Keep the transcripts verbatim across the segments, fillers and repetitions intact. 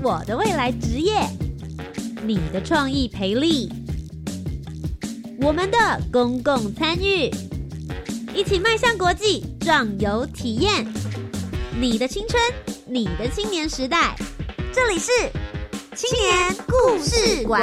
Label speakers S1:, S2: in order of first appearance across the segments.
S1: 我的未来职业，你的创意培力，我们的公共参与，一起迈向国际，壮游体验。你的青春，你的青年时代，这里是青年故事馆。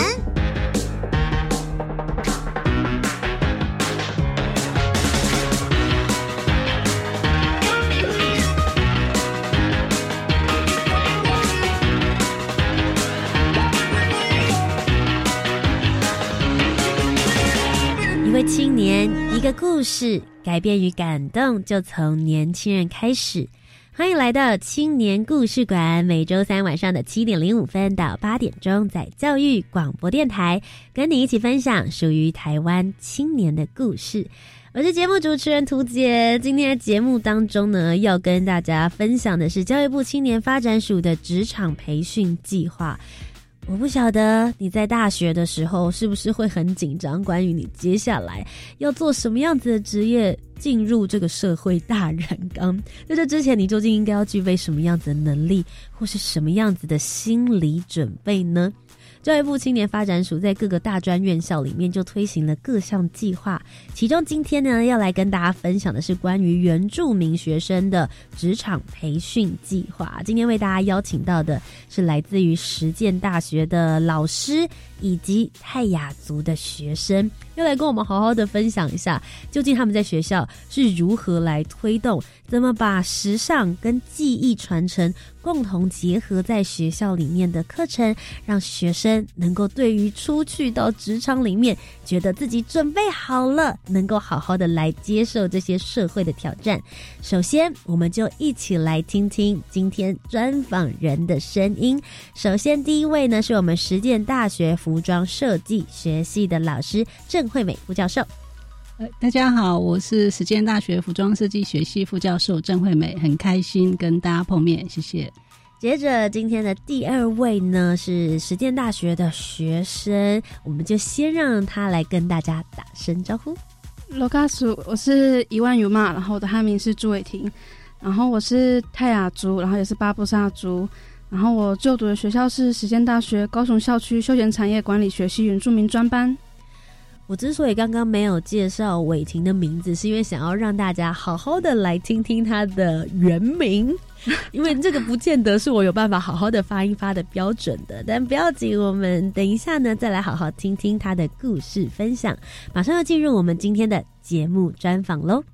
S1: 一位青年，一个故事，改变与感动就从年轻人开始。欢迎来到青年故事馆，每周三晚上的七点零五分到八点钟，在教育广播电台跟你一起分享属于台湾青年的故事。我是节目主持人涂杰，今天的节目当中呢，要跟大家分享的是教育部青年发展署的职场培训计划。我不晓得你在大学的时候是不是会很紧张，关于你接下来要做什么样子的职业，进入这个社会大染缸。在这之前，你究竟应该要具备什么样子的能力，或是什么样子的心理准备呢？教育部青年发展署在各个大专院校里面就推行了各项计划，其中今天呢要来跟大家分享的是关于原住民学生的职场培训计划。今天为大家邀请到的是来自于实践大学的老师以及泰雅族的学生，要来跟我们好好的分享一下，究竟他们在学校是如何来推动，怎么把时尚跟技艺传承共同结合在学校里面的课程，让学生能够对于出去到职场里面觉得自己准备好了，能够好好的来接受这些社会的挑战。首先我们就一起来听听今天专访人的声音。首先第一位呢是我们实践大学服装设计学系的老师郑惠美副教授。
S2: 呃，大家好，我是实践大学服装设计学系副教授郑惠美，很开心跟大家碰面，谢谢。
S1: 接着今天的第二位呢是实践大学的学生，我们就先让他来跟大家打声招呼。
S3: 罗嘎苏，我是一万尤玛，然后我的汉名是朱伟婷，然后我是泰雅族，然后也是巴布萨族，然后我就读的学校是实践大学高雄校区休闲产业管理学系原住民专班。
S1: 我之所以刚刚没有介绍伟霆的名字，是因为想要让大家好好的来听听他的原名，因为这个不见得是我有办法好好的发音发的标准的，但不要紧，我们等一下呢再来好好听听他的故事分享。马上要进入我们今天的节目专访咯。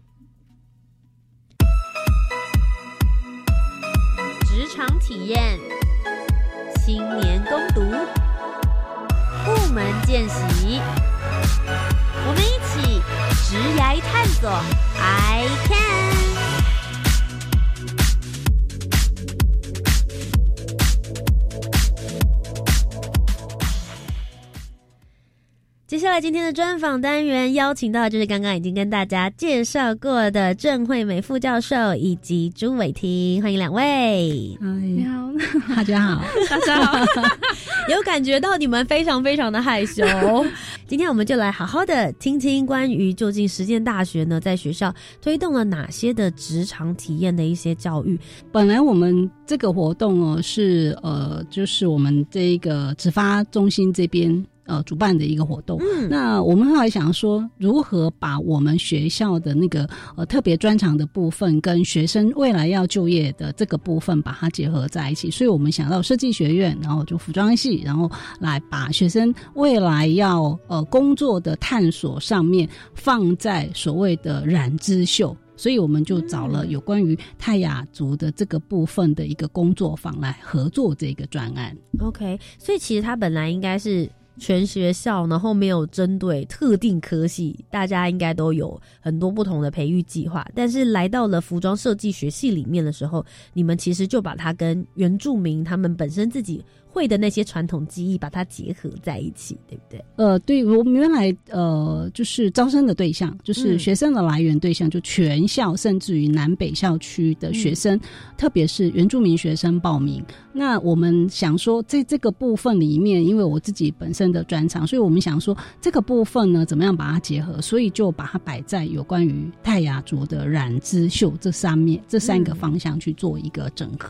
S1: 职场体验，青年攻读，部门见习，我们一起职涯探索 I can。 接下来今天的专访单元邀请到的就是刚刚已经跟大家介绍过的郑惠美副教授以及朱伟霆，欢迎两位。
S3: 你好。
S2: 大家好。
S3: 大家好。
S1: 有感觉到你们非常非常的害羞。今天我们就来好好的听听关于究竟实践大学呢在学校推动了哪些的职场体验的一些教育。
S2: 本来我们这个活动哦是呃就是我们这个职发中心这边呃主办的一个活动。嗯，那我们后来想说如何把我们学校的那个呃特别专长的部分跟学生未来要就业的这个部分把它结合在一起，所以我们想到设计学院，然后就服装系，然后来把学生未来要呃工作的探索上面放在所谓的染织秀，所以我们就找了有关于泰雅族的这个部分的一个工作坊来合作这个专案。
S1: OK， 所以其实它本来应该是全学校，然后没有针对特定科系，大家应该都有很多不同的培育计划，但是来到了服装设计学系里面的时候，你们其实就把它跟原住民他们本身自己会的那些传统技艺把它结合在一起，对不对？
S2: 呃，对，我们原来呃就是招生的对象，就是学生的来源对象，嗯、就全校甚至于南北校区的学生，嗯、特别是原住民学生报名。那我们想说，在这个部分里面，因为我自己本身的专长，所以我们想说这个部分呢，怎么样把它结合？所以就把它摆在有关于泰雅族的染织绣这三面这三个方向去做一个整合。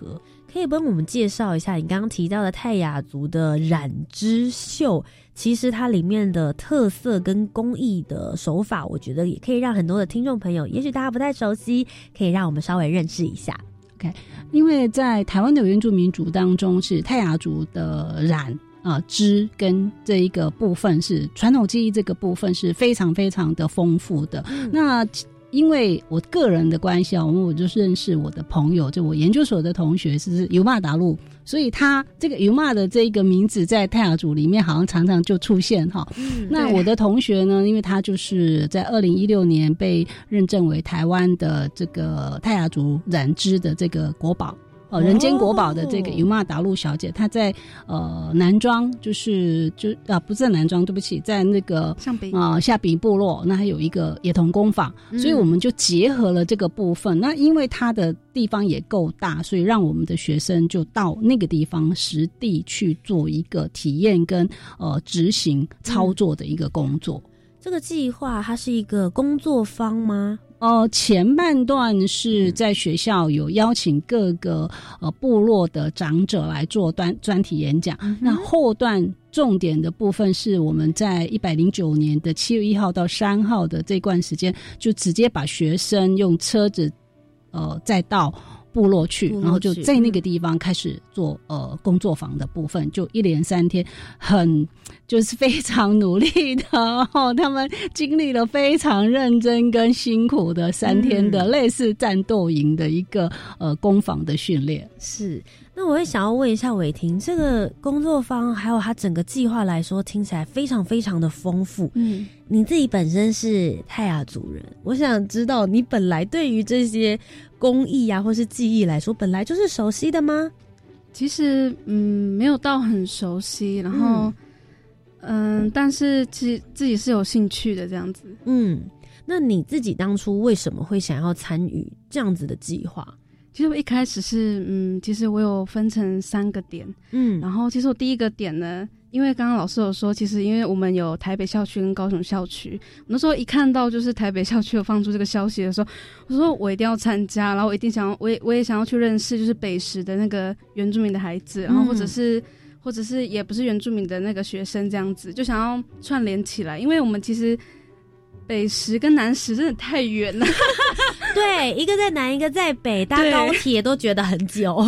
S1: 可以帮我们介绍一下你刚刚提到的泰雅族的染织绣，其实它里面的特色跟工艺的手法，我觉得也可以让很多的听众朋友，也许大家不太熟悉，可以让我们稍微认识一下。
S2: OK， 因为在台湾的原住民族当中，是泰雅族的染啊织跟这一个部分是传统技艺，这个部分是非常非常的丰富的。嗯、那因为我个人的关系啊，我就是认识我的朋友，就我研究所的同学是尤玛达路，所以他这个尤玛的这个名字在泰雅族里面好像常常就出现哈。嗯、那我的同学呢，因为他就是在二零一六年被认证为台湾的这个泰雅族染织的这个国宝。哦，人间国宝的这个尤玛达路小姐，她在呃南庄，就是就啊不是在南庄，对不起，在那个
S3: 象鼻
S2: 啊、呃、下鼻部落，那还有一个野童工坊，嗯、所以我们就结合了这个部分。那因为它的地方也够大，所以让我们的学生就到那个地方实地去做一个体验跟呃执行操作的一个工作。
S1: 嗯、这个计划它是一个工作坊吗？
S2: 呃，前半段是在学校有邀请各个呃部落的长者来做专专题演讲，嗯、那后段重点的部分是我们在一百零九年的七月一号到三号的这段时间，就直接把学生用车子呃再到部落去，然后就在那个地方开始做呃工作坊的部分，就一连三天，很就是非常努力的哦，他们经历了非常认真跟辛苦的三天的类似战斗营的一个呃工坊的训练。
S1: 是，那我会想要问一下伟霆，这个工作坊还有他整个计划来说，听起来非常非常的丰富。嗯，你自己本身是泰雅族人，我想知道你本来对于这些工艺啊或是技艺来说，本来就是熟悉的吗？
S3: 其实嗯没有到很熟悉，然后嗯、呃、但是其实自己是有兴趣的这样子。
S1: 嗯，那你自己当初为什么会想要参与这样子的计划？
S3: 其实我一开始是嗯其实我有分成三个点。嗯，然后其实我第一个点呢，因为刚刚老师有说，其实因为我们有台北校区跟高雄校区，我那时候一看到就是台北校区有放出这个消息的时候，我说我一定要参加，然后我一定想要，我也我也想要去认识就是北石的那个原住民的孩子，然后或者是、嗯、或者是也不是原住民的那个学生这样子，就想要串联起来，因为我们其实北石跟南石真的太远了。
S1: 对，一个在南一个在北，搭高铁都觉得很久。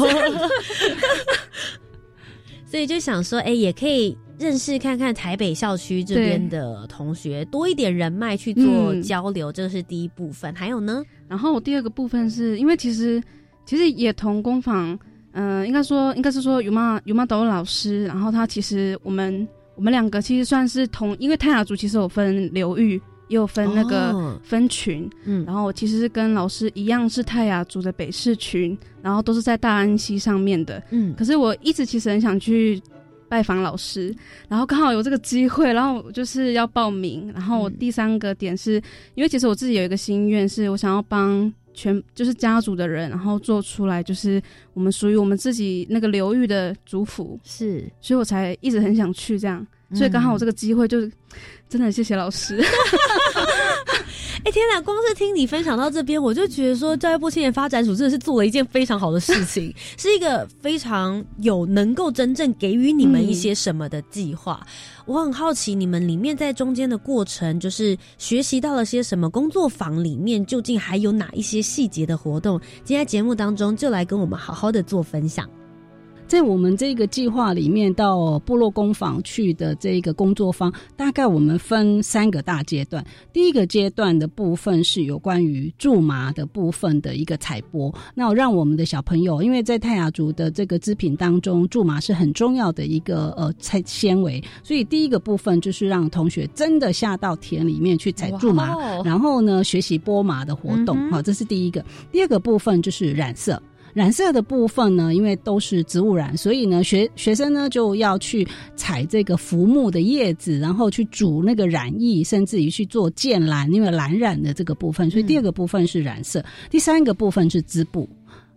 S1: 所以就想说，哎、欸，也可以认识看看台北校区这边的同学，多一点人脉去做交流，嗯、这是第一部分。还有呢，
S3: 然后第二个部分是因为其实其实野童工坊，嗯、呃，应该说应该是说尤玛尤玛导老师，然后他其实我们我们两个其实算是同，因为泰雅族其实有分流域。也有分那个分群，哦、嗯，然后我其实是跟老师一样是泰雅族的北势群，然后都是在大安溪上面的，嗯，可是我一直其实很想去拜访老师，然后刚好有这个机会，然后就是要报名，然后我第三个点是、嗯、因为其实我自己有一个心愿，是我想要帮全就是家族的人，然后做出来就是我们属于我们自己那个流域的族服，
S1: 是，
S3: 所以我才一直很想去这样。所以刚好我这个机会就真的很谢谢老师。
S1: 哎、欸，天哪！光是听你分享到这边，我就觉得说教育部青年发展署真的是做了一件非常好的事情，是一个非常有能够真正给予你们一些什么的计划。嗯、我很好奇，你们里面在中间的过程，就是学习到了些什么？工作坊里面究竟还有哪一些细节的活动？今天节目当中就来跟我们好好的做分享。
S2: 在我们这个计划里面，到部落工坊去的这个工作坊，大概我们分三个大阶段。第一个阶段的部分是有关于苎麻的部分的一个采播，那让我们的小朋友，因为在泰雅族的这个织品当中，苎麻是很重要的一个呃采纤维，所以第一个部分就是让同学真的下到田里面去采苎麻，然后呢学习拨麻的活动，好、嗯，这是第一个。第二个部分就是染色。染色的部分呢，因为都是植物染，所以呢学学生呢就要去采这个浮木的叶子，然后去煮那个染液，甚至于去做渐染，因为蓝染的这个部分，所以第二个部分是染色。嗯、第三个部分是织布。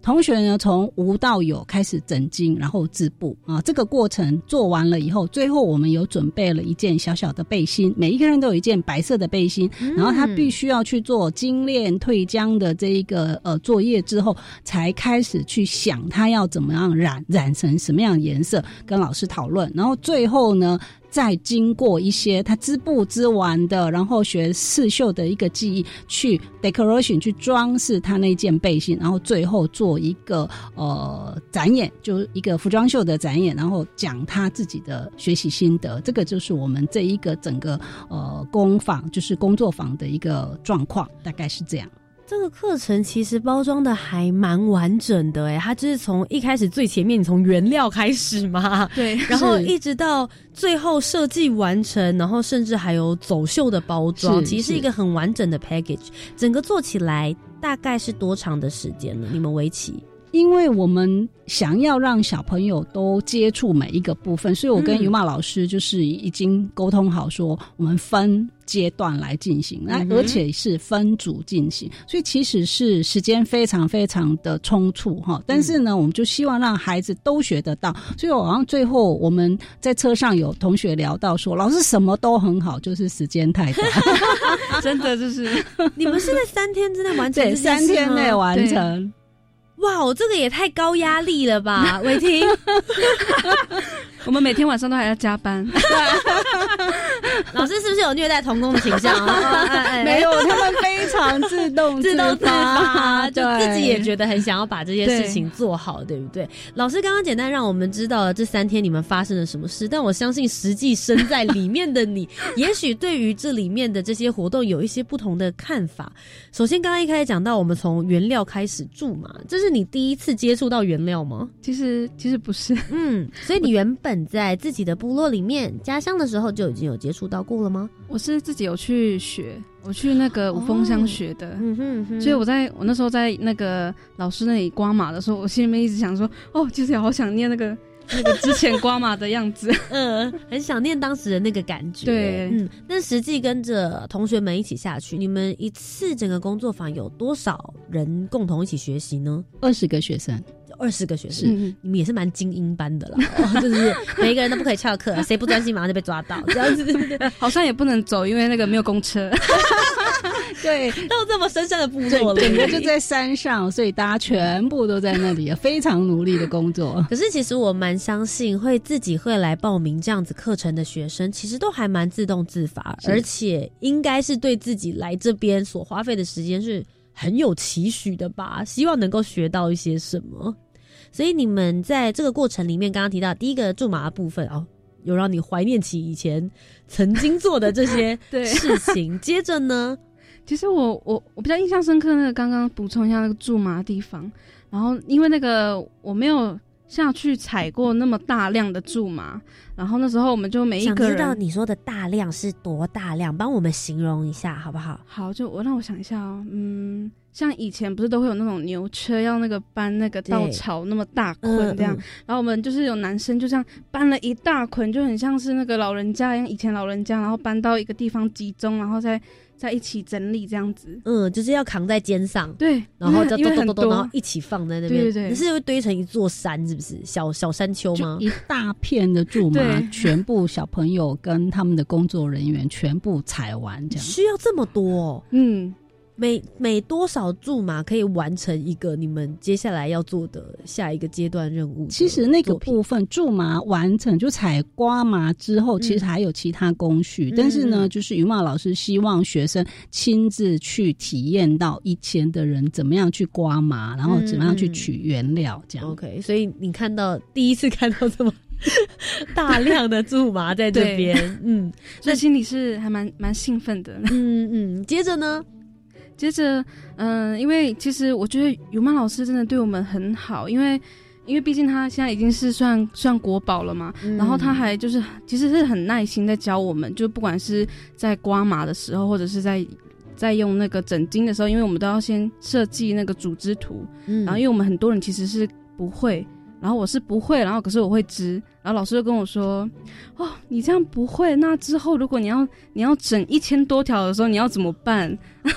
S2: 同学呢从无到有开始整经，然后织布啊，这个过程做完了以后，最后我们有准备了一件小小的背心，每一个人都有一件白色的背心，嗯、然后他必须要去做精炼退浆的这一个呃作业之后，才开始去想他要怎么样染染成什么样的颜色，跟老师讨论，然后最后呢再经过一些他织布织完的，然后学刺绣的一个技艺，去 decoration 去装饰他那件背心，然后最后做一个呃展演，就一个服装秀的展演，然后讲他自己的学习心得。这个就是我们这一个整个呃工坊，就是工作坊的一个状况，大概是这样。
S1: 这个课程其实包装的还蛮完整的诶，它就是从一开始最前面你从原料开始嘛，
S3: 对，
S1: 然后一直到最后设计完成，然后甚至还有走秀的包装，其实是一个很完整的 package。整个做起来大概是多长的时间呢？你们为期？
S2: 因为我们想要让小朋友都接触每一个部分，所以我跟于玛老师就是已经沟通好说我们分阶段来进行，那、嗯、而且是分组进行，所以其实是时间非常非常的匆促哈。但是呢、嗯、我们就希望让孩子都学得到，所以好像最后我们在车上有同学聊到说，老师什么都很好，就是时间太短
S3: 真的就是
S1: 你们是在三天之内完成这件事吗？
S2: 对，三天内完成。
S1: 哇，这个也太高压力了吧，伟霆！
S3: 我们每天晚上都还要加班。
S1: 老师是不是有虐待童工的倾向？
S2: 没有，他们非常自动
S1: 自动自发，就自己也觉得很想要把这些事情做好， 对, 对不对？老师刚刚简单让我们知道了这三天你们发生了什么事，但我相信实际身在里面的你，也许对于这里面的这些活动有一些不同的看法。首先，刚刚一开始讲到我们从原料开始铸嘛，这是你第一次接触到原料吗？
S3: 其实其实不是，
S1: 嗯，所以你原本在自己的部落里面家乡的时候就已经有接触到过了吗？
S3: 我是自己有去学，我去那个五峰乡学的、哦嗯哼嗯哼，所以我在我那时候在那个老师那里刮马的时候，我心里面一直想说，哦，其实好想念那个那个之前刮马的样子，
S1: 嗯，很想念当时的那个感觉。
S3: 对，
S1: 嗯，但实际跟着同学们一起下去，你们一次整个工作坊有多少人共同一起学习呢？
S2: 二十个学生。
S1: 二十个学生、嗯，你们也是蛮精英班的啦，哦、就是每一个人都不可以翘课，谁不专心马上就被抓到，这样子。
S3: 好像也不能走，因为那个没有公车。
S2: 对，
S1: 到这么深山的部落了，
S2: 整个就在山上，所以大家全部都在那里，非常努力的工作。
S1: 可是其实我蛮相信，会自己会来报名这样子课程的学生，其实都还蛮自动自发，而且应该是对自己来这边所花费的时间是很有期许的吧，希望能够学到一些什么。所以你们在这个过程里面，刚刚提到第一个驻马的部分哦，有让你怀念起以前曾经做的这些事情。接着呢，
S3: 其实我我我比较印象深刻那个，刚刚补充一下那个驻马的地方，然后因为那个我没有下去采过那么大量的苎麻，然后那时候我们就每一个人，
S1: 想知道你说的大量是多大量，帮我们形容一下好不好？
S3: 好，就我让我想一下哦，嗯，像以前不是都会有那种牛车要那个搬那个稻草那么大捆这样、嗯嗯，然后我们就是有男生就这样搬了一大捆，就很像是那个老人家一样，以前老人家，然后搬到一个地方集中，然后再在一起整理这样子，
S1: 嗯，就是要扛在肩上，
S3: 对，
S1: 然后就咚咚咚咚，然后一起放在那边，
S3: 对对对，
S1: 你是会堆成一座山，是不是？小小山丘吗？
S2: 就一大片的苎麻，全部小朋友跟他们的工作人员全部采完，这样
S1: 需要这么多、哦，嗯。每每多少苎麻可以完成一个你们接下来要做的下一个阶段任务？
S2: 其实那个部分苎麻完成就采刮麻之后、嗯、其实还有其他工序、嗯、但是呢就是于茂老师希望学生亲自去体验到以前的人怎么样去刮麻，然后怎么样去取原料这样、
S1: 嗯、OK， 所以你看到第一次看到这么大量的苎麻在这边嗯，
S3: 所以心里是还蛮蛮兴奋的。
S1: 嗯嗯，接着呢
S3: 接着，嗯、呃，因为其实我觉得尤曼老师真的对我们很好，因为因为毕竟他现在已经是算算国宝了嘛、嗯，然后他还就是其实是很耐心在教我们，就不管是在刮麻的时候，或者是在在用那个整经的时候，因为我们都要先设计那个组织图、嗯，然后因为我们很多人其实是不会，然后我是不会，然后可是我会织，然后老师就跟我说，哦，你这样不会，那之后如果你要你要整一千多条的时候，你要怎么办？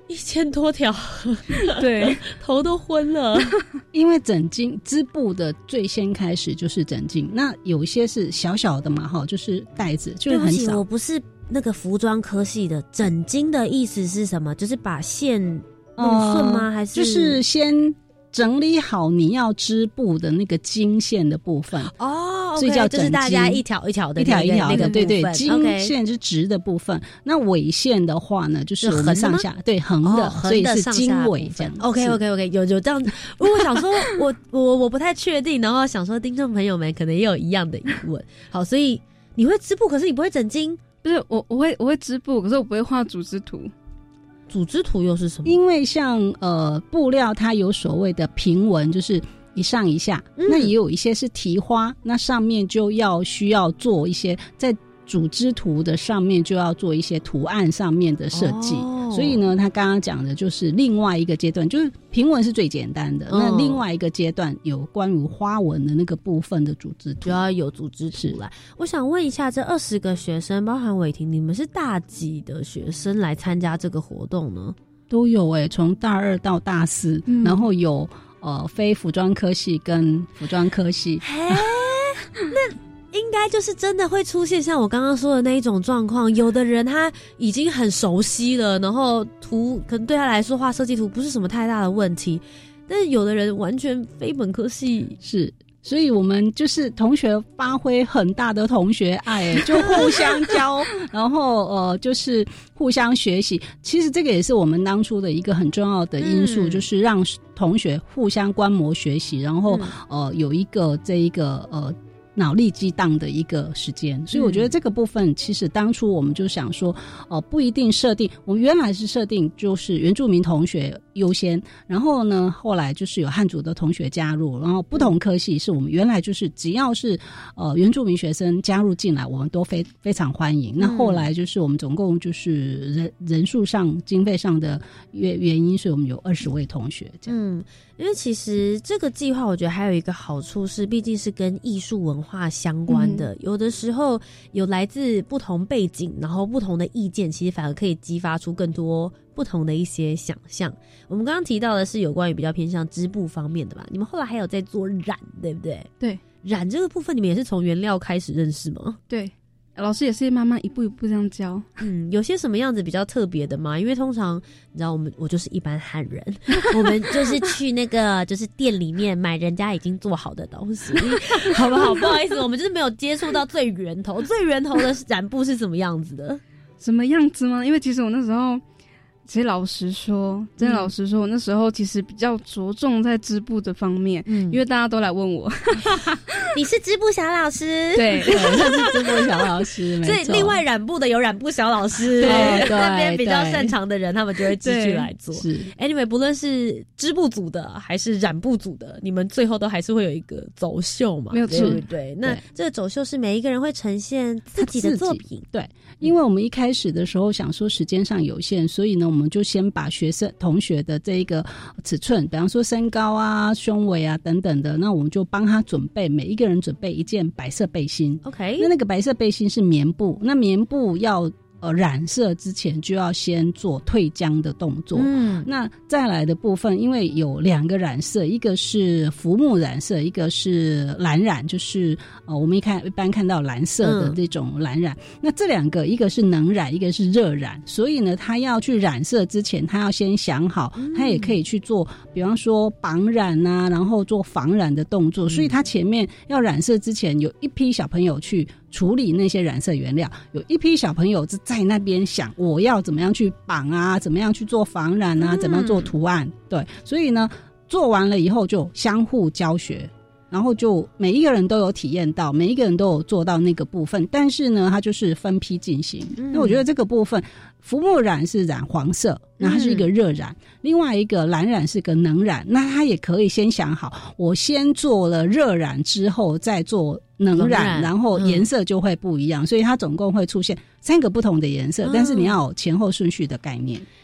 S1: 一千多条，
S3: 对，
S1: 头都昏了。
S2: 因为整茎织布的最先开始就是整茎，那有一些是小小的嘛，哈，就是带子，就是很少。
S1: 我不是那个服装科系的，整茎的意思是什么？就是把线弄顺吗？呃、还是
S2: 就是先整理好你要织布的那个经线的部分
S1: 哦，
S2: 所以叫整
S1: 就是大家一条一条的、
S2: 那個、一条一条的，
S1: 那個、
S2: 对对，经线是直的部分。Okay. 那尾线的话呢，就是我们上下对横的，
S1: 哦、
S2: 所以是经尾这样。
S1: OK OK OK， 有有这样子。我想说我我我不太确定，然后想说听众朋友们可能也有一样的疑问。好，所以你会织布，可是你不会整经？
S3: 不是我我会我会织布，可是我不会画组织图。
S1: 组织图又是什么？
S2: 因为像呃布料它有所谓的平纹，就是一上一下、嗯、那也有一些是提花，那上面就要需要做一些在组织图的上面就要做一些图案上面的设计、哦、所以呢他刚刚讲的就是另外一个阶段，就是平纹是最简单的、哦、那另外一个阶段有关于花纹的那个部分的组织图
S1: 就要有组织图来。我想问一下，这二十个学生包含伟霆，你们是大几的学生来参加这个活动呢？
S2: 都有诶、欸、从大二到大四、嗯、然后有呃非服装科系跟服装科系
S1: 那应该就是真的会出现像我刚刚说的那一种状况，有的人他已经很熟悉了，然后图可能对他来说画设计图不是什么太大的问题，但是有的人完全非本科系。
S2: 是，所以我们就是同学发挥很大的同学爱，就互相教然后呃就是互相学习。其实这个也是我们当初的一个很重要的因素、嗯、就是让同学互相观摩学习，然后、嗯、呃有一个这一个呃脑力激荡的一个时间。所以我觉得这个部分其实当初我们就想说呃不一定设定，我们原来是设定就是原住民同学优先，然后呢后来就是有汉族的同学加入，然后不同科系是我们原来就是只要是呃原住民学生加入进来我们都非非常欢迎。那后来就是我们总共就是人人数上经费上的原原因，所以我们有二十位同学这样。
S1: 嗯，因为其实这个计划我觉得还有一个好处是毕竟是跟艺术文化相关的、嗯、有的时候有来自不同背景然后不同的意见，其实反而可以激发出更多不同的一些想象。我们刚刚提到的是有关于比较偏向织布方面的吧，你们后来还有在做染对不对？
S3: 对，
S1: 染这个部分你们也是从原料开始认识吗？
S3: 对，老师也是慢慢一步一步这样教。
S1: 嗯，有些什么样子比较特别的吗？因为通常你知道我们我就是一般汉人我们就是去那个就是店里面买人家已经做好的东西好不好？不好意思，我们就是没有接触到最源头最源头的染布是什么样子的。
S3: 什么样子吗？因为其实我那时候其实老实说真的老实说、嗯、我那时候其实比较着重在织布的方面、嗯、因为大家都来问我
S1: 你是织布小老师？
S2: 对，对，他是织布小老师
S1: 所以另外染布的有染布小老师，对，那边比较擅长的人他们就会继续来做。是 anyway 不论是织布组的还是染布组的，你们最后都还是会有一个走秀嘛，
S3: 没有错，
S1: 对不对？那这个走秀是每一个人会呈现自己的作品。
S2: 对，因为我们一开始的时候想说时间上有限，所以呢我们就先把学生同学的这一个尺寸，比方说身高啊胸围啊等等的，那我们就帮他准备，每一个人准备一件白色背心。
S1: OK，
S2: 那那个白色背心是棉布，那棉布要呃染色之前就要先做退浆的动作。嗯，那再来的部分因为有两个染色，一个是浮木染色，一个是蓝染，就是呃我们一看一般看到蓝色的这种蓝染、嗯、那这两个一个是能染一个是热染，所以呢他要去染色之前他要先想好、嗯、他也可以去做比方说绑染啊然后做防染的动作、嗯、所以他前面要染色之前有一批小朋友去处理那些染色原料，有一批小朋友在那边想我要怎么样去绑啊，怎么样去做防染啊、嗯、怎么样做图案。对，所以呢做完了以后就相互教学，然后就每一个人都有体验到，每一个人都有做到那个部分，但是呢它就是分批进行、嗯、那我觉得这个部分浮木染是染黄色，那它是一个热染、嗯、另外一个蓝染是个能染，那它也可以先想好我先做了热染之后再做能染，然后颜色就会不一样、嗯、所以它总共会出现三个不同的颜色、嗯、但是你要有前后顺序的概念。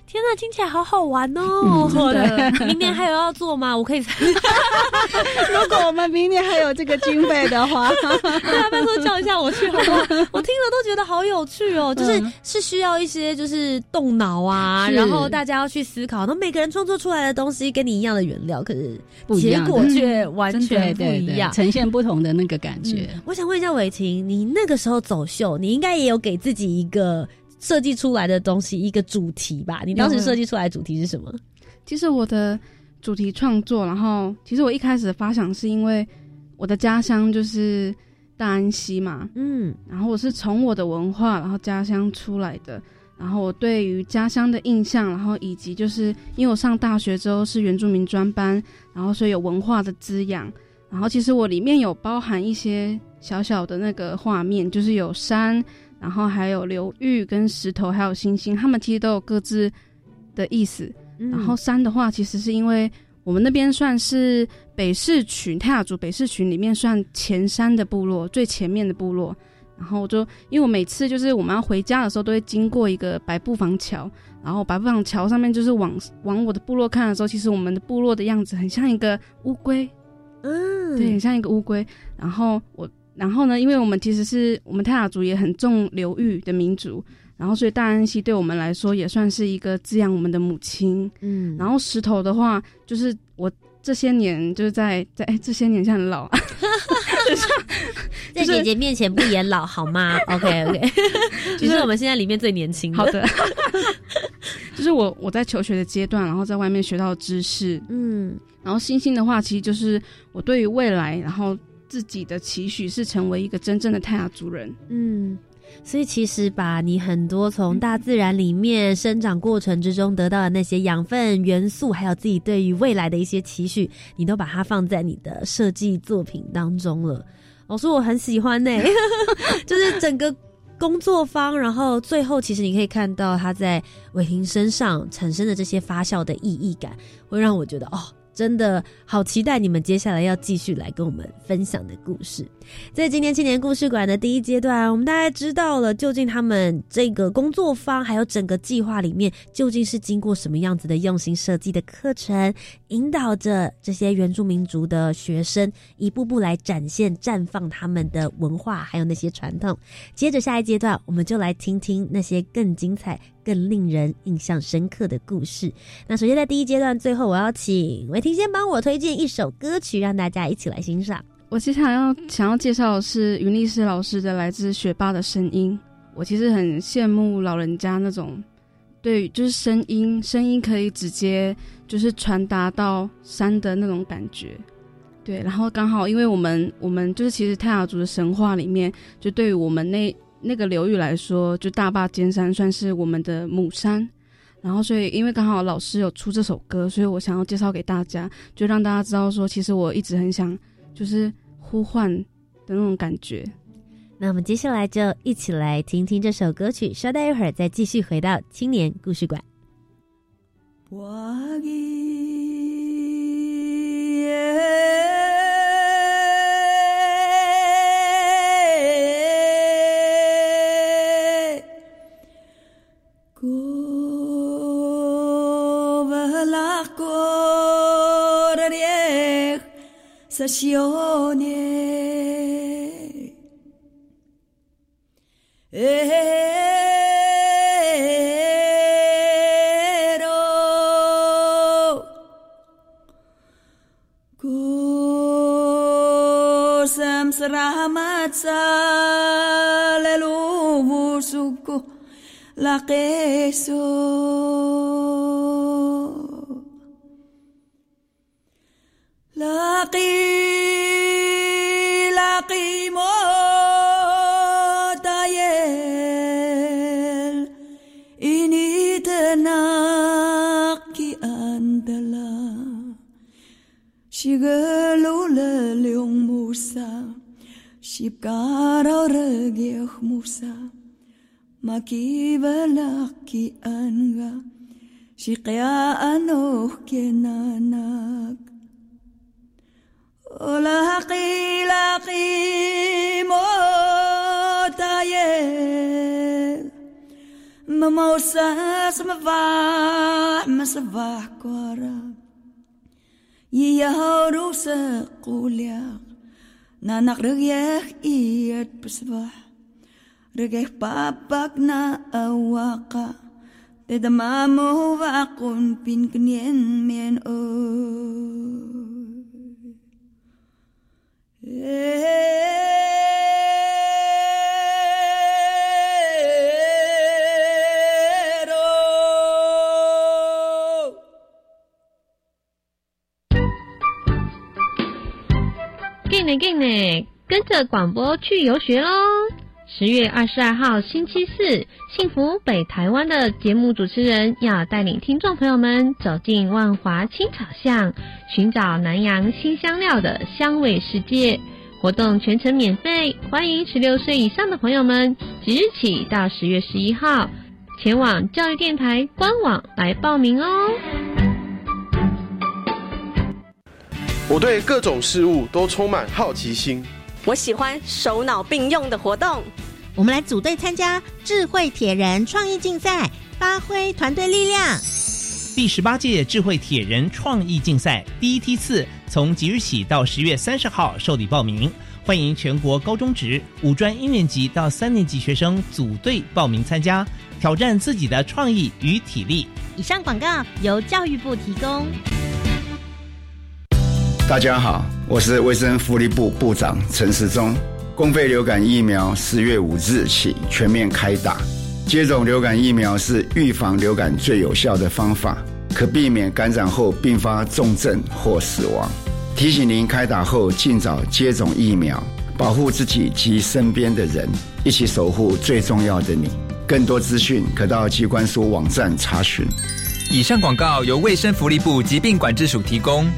S1: 天哪，听起来好好玩哦！嗯、明年还有要做吗？我可以参加。
S2: 如果我们明年还有这个经费的话，
S1: 对啊，拜托叫一下我去好不好？我听了都觉得好有趣哦，就是、嗯、是需要一些就是动脑啊，然后大家要去思考，然后每个人创作出来的东西跟你一样的原料，可是结果却完全不一样，
S2: 对对对，呈现不同的那个感觉。
S1: 嗯、我想问一下伟霆，你那个时候走秀，你应该也有给自己一个设计出来的东西，一个主题吧？你当时设计出来的主题是什么？
S3: 其实我的主题创作，然后其实我一开始的发想是因为我的家乡就是大安溪嘛，嗯，然后我是从我的文化，然后家乡出来的，然后我对于家乡的印象，然后以及就是因为我上大学之后是原住民专班，然后所以有文化的滋养，然后其实我里面有包含一些小小的那个画面，就是有山，然后还有流域跟石头还有星星，他们其实都有各自的意思、嗯、然后山的话其实是因为我们那边算是北势群，泰雅族北势群里面算前山的部落，最前面的部落，然后就因为我每次就是我们要回家的时候都会经过一个白布坊桥，然后白布坊桥上面就是往往我的部落看的时候，其实我们的部落的样子很像一个乌龟，嗯，对，很像一个乌龟。然后我然后呢因为我们其实是我们泰雅族也很重流域的民族，然后所以大安溪对我们来说也算是一个滋养我们的母亲。嗯，然后石头的话就是我这些年就是在在哎这些年像很老
S1: 在姐姐面前不演老好吗？OK OK， 就是我们现在里面最年轻的。
S3: 好的，就是我我在求学的阶段，然后在外面学到的知识，嗯，然后星星的话，其实就是我对于未来，然后自己的期许是成为一个真正的泰雅族人，
S1: 嗯。所以其实把你很多从大自然里面生长过程之中得到的那些养分元素，还有自己对于未来的一些期许，你都把它放在你的设计作品当中了。老师我很喜欢耶、欸、就是整个工作坊，然后最后其实你可以看到他在伟霆身上产生的这些发酵的意义感，会让我觉得哦，真的好期待你们接下来要继续来跟我们分享的故事。在今天青年故事馆的第一阶段，我们大概知道了究竟他们这个工作坊还有整个计划里面究竟是经过什么样子的用心设计的课程，引导着这些原住民族的学生一步步来展现绽放他们的文化还有那些传统。接着下一阶段我们就来听听那些更精彩更令人印象深刻的故事。那首先在第一阶段最后我要请伟霆先帮我推荐一首歌曲让大家一起来欣赏。
S3: 我其实想要想要介绍的是云丽诗老师的来自雪巴的声音。我其实很羡慕老人家那种对就是声音声音可以直接就是传达到山的那种感觉。对，然后刚好因为我们我们就是其实泰雅族的神话里面，就对于我们那那个流域来说，就大霸尖山算是我们的母山，然后所以因为刚好老师有出这首歌，所以我想要介绍给大家，就让大家知道说其实我一直很想就是呼唤的那种感觉。
S1: 那我们接下来就一起来听听这首歌曲，稍待一会儿再继续回到青年故事馆。
S4: sa sione ero kusam seramat sa lelubusuku lakeso laki laki mo tayel initanak ki andala shigalula leong musa shipkara regiah musa makibalak ki anga shikya anoh kenanak Laki laki mo tayel Mimosa smava masvah kwara Yaharu sa kulyak Nanak regyeh iyat pasvah Regyeh papak na awaka Tedamamu wakun pin kenyen men o
S1: 进呢进呢，跟着广播去游学咯！十月二十二号星期四，幸福北台湾的节目主持人要带领听众朋友们走进万华青草巷，寻找南洋新香料的香味世界。活动全程免费，欢迎十六岁以上的朋友们即日起到十月十一号前往教育电台官网来报名哦。
S5: 我对各种事物都充满好奇心，
S6: 我喜欢手脑并用的活动。
S7: 我们来组队参加智慧铁人创意竞赛，发挥团队力量。
S8: 第十八届智慧铁人创意竞赛第一梯次从即日起到十月三十号受理报名，欢迎全国高中职、五专一年级到三年级学生组队报名参加，挑战自己的创意与体力。
S7: 以上广告由教育部提供。
S9: 大家好，我是卫生福利部部长陈时中。公费流感疫苗四月五日起全面开打，接种流感疫苗是预防流感最有效的方法，可避免感染后并发重症或死亡。提醒您开打后尽早接种疫苗，保护自己及身边的人，一起守护最重要的你。更多资讯可到疾管署网站查询。
S10: 以上广告由卫生福利部疾病管制署提供。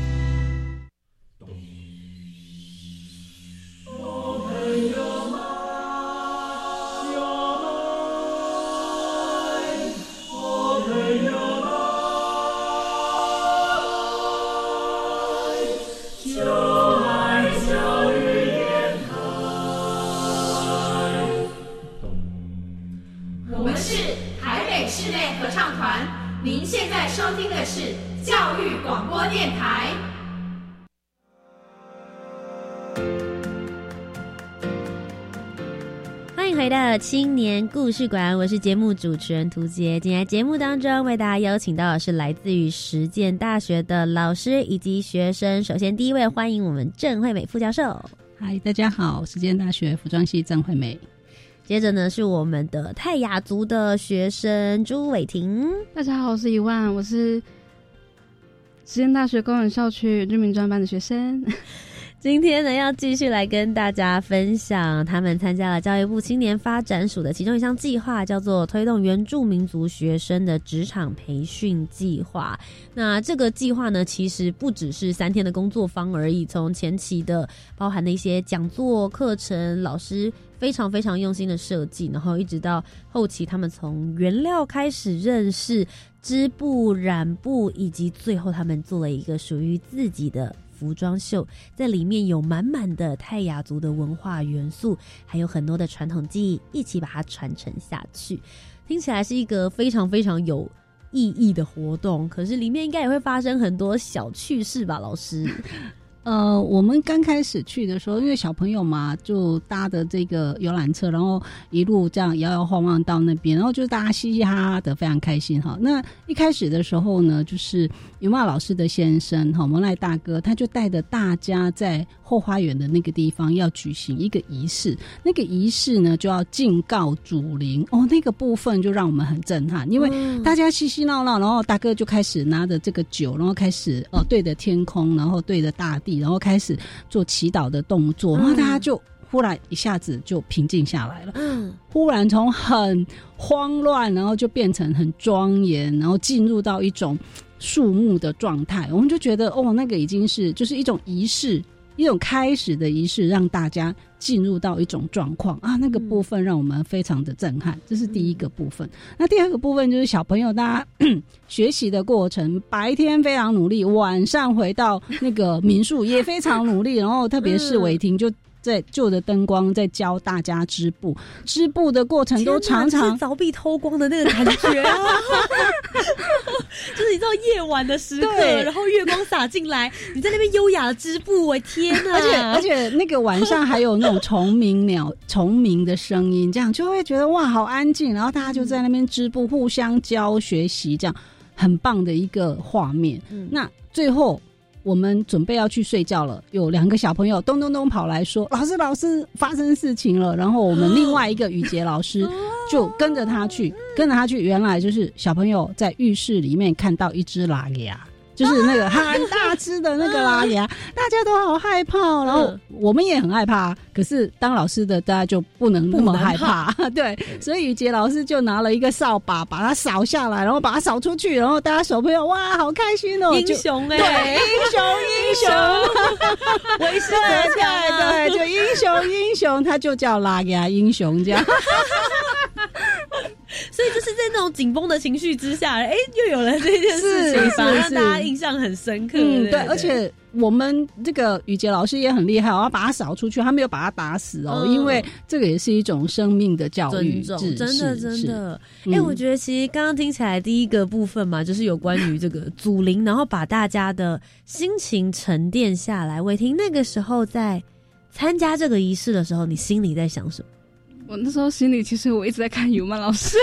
S1: 青年故事馆，我是节目主持人涂杰。今天节目当中为大家邀请到的是来自于实践大学的老师以及学生。首先第一位欢迎我们郑惠美副教授。
S2: 嗨，大家好，实践大学服装系郑惠美。
S1: 接着呢是我们的泰雅族的学生朱伟婷。
S3: 大家好，我是一万，我是实践大学高等校区原住民专班的学生。
S1: 今天呢，要继续来跟大家分享他们参加了教育部青年发展署的其中一项计划，叫做推动原住民族学生的职场培训计划。那这个计划呢，其实不只是三天的工作坊而已，从前期的包含的一些讲座课程，老师非常非常用心的设计，然后一直到后期他们从原料开始认识织布、染布，以及最后他们做了一个属于自己的服装秀，在里面有满满的泰雅族的文化元素，还有很多的传统技艺，一起把它传承下去。听起来是一个非常非常有意义的活动，可是里面应该也会发生很多小趣事吧，老师？
S2: 呃，我们刚开始去的时候，因为小朋友嘛，就搭的这个游览车，然后一路这样摇摇晃晃到那边，然后就是大家嘻嘻哈哈的，非常开心哈。那一开始的时候呢，就是尤玛老师的先生哈，蒙赖大哥，他就带着大家在后花园的那个地方要举行一个仪式，那个仪式呢就要敬告祖灵哦，那个部分就让我们很震撼，因为大家嘻嘻闹闹，然后大哥就开始拿着这个酒，然后开始呃对着天空，然后对着大地，然后开始做祈祷的动作，然后大家就忽然一下子就平静下来了。嗯，忽然从很慌乱，然后就变成很庄严，然后进入到一种肃穆的状态。我们就觉得哦，那个已经是就是一种仪式，一种开始的仪式，让大家进入到一种状况啊，那个部分让我们非常的震撼，这是第一个部分。那第二个部分就是小朋友大家学习的过程，白天非常努力，晚上回到那个民宿也非常努力，然后特别是伟霆就在就着灯光在教大家织布，织布的过程都常常
S1: 凿壁偷光的那个感觉啊就是你知道夜晚的时刻，然后月光洒进来，你在那边优雅的织布，我天哪！
S2: 而且而且那个晚上还有那种虫鸣鸟虫鸣的声音，这样就会觉得哇好安静，然后大家就在那边织布，互相教学习，这样很棒的一个画面。嗯、那最后我们准备要去睡觉了，有两个小朋友咚咚咚跑来说：“老师，老师，发生事情了。”然后我们另外一个雨杰老师就跟着他去，跟着他去。原来就是小朋友在浴室里面看到一只拉牙，就是那个很大只的那个拉牙，大家都好害怕，然后我们也很害怕。可是当老师的大家就不能那么害怕，对，所以雨杰老师就拿了一个扫把把它扫下来，然后把它扫出去，然后大家小朋友哇好开心哦，
S1: 英雄哎、
S2: 欸，对，英雄英雄，
S1: 我是得奖啊，
S2: 对，就英雄英雄，他就叫拉牙英雄这样。
S1: 所以就是在那种紧绷的情绪之下，哎，又有了这件事情，反而让大家印象很深刻。
S2: 嗯，
S1: 对，
S2: 对，而且我们这个雨杰老师也很厉害，我要把他扫出去，他没有把他打死哦，嗯、因为这个也是一种生命的教育，
S1: 尊重，真的真的。哎、欸，我觉得其实刚刚听起来第一个部分嘛，就是有关于这个祖灵，然后把大家的心情沉淀下来。伟霆那个时候在参加这个仪式的时候，你心里在想什么？
S3: 我那时候心里其实我一直在看尤曼老师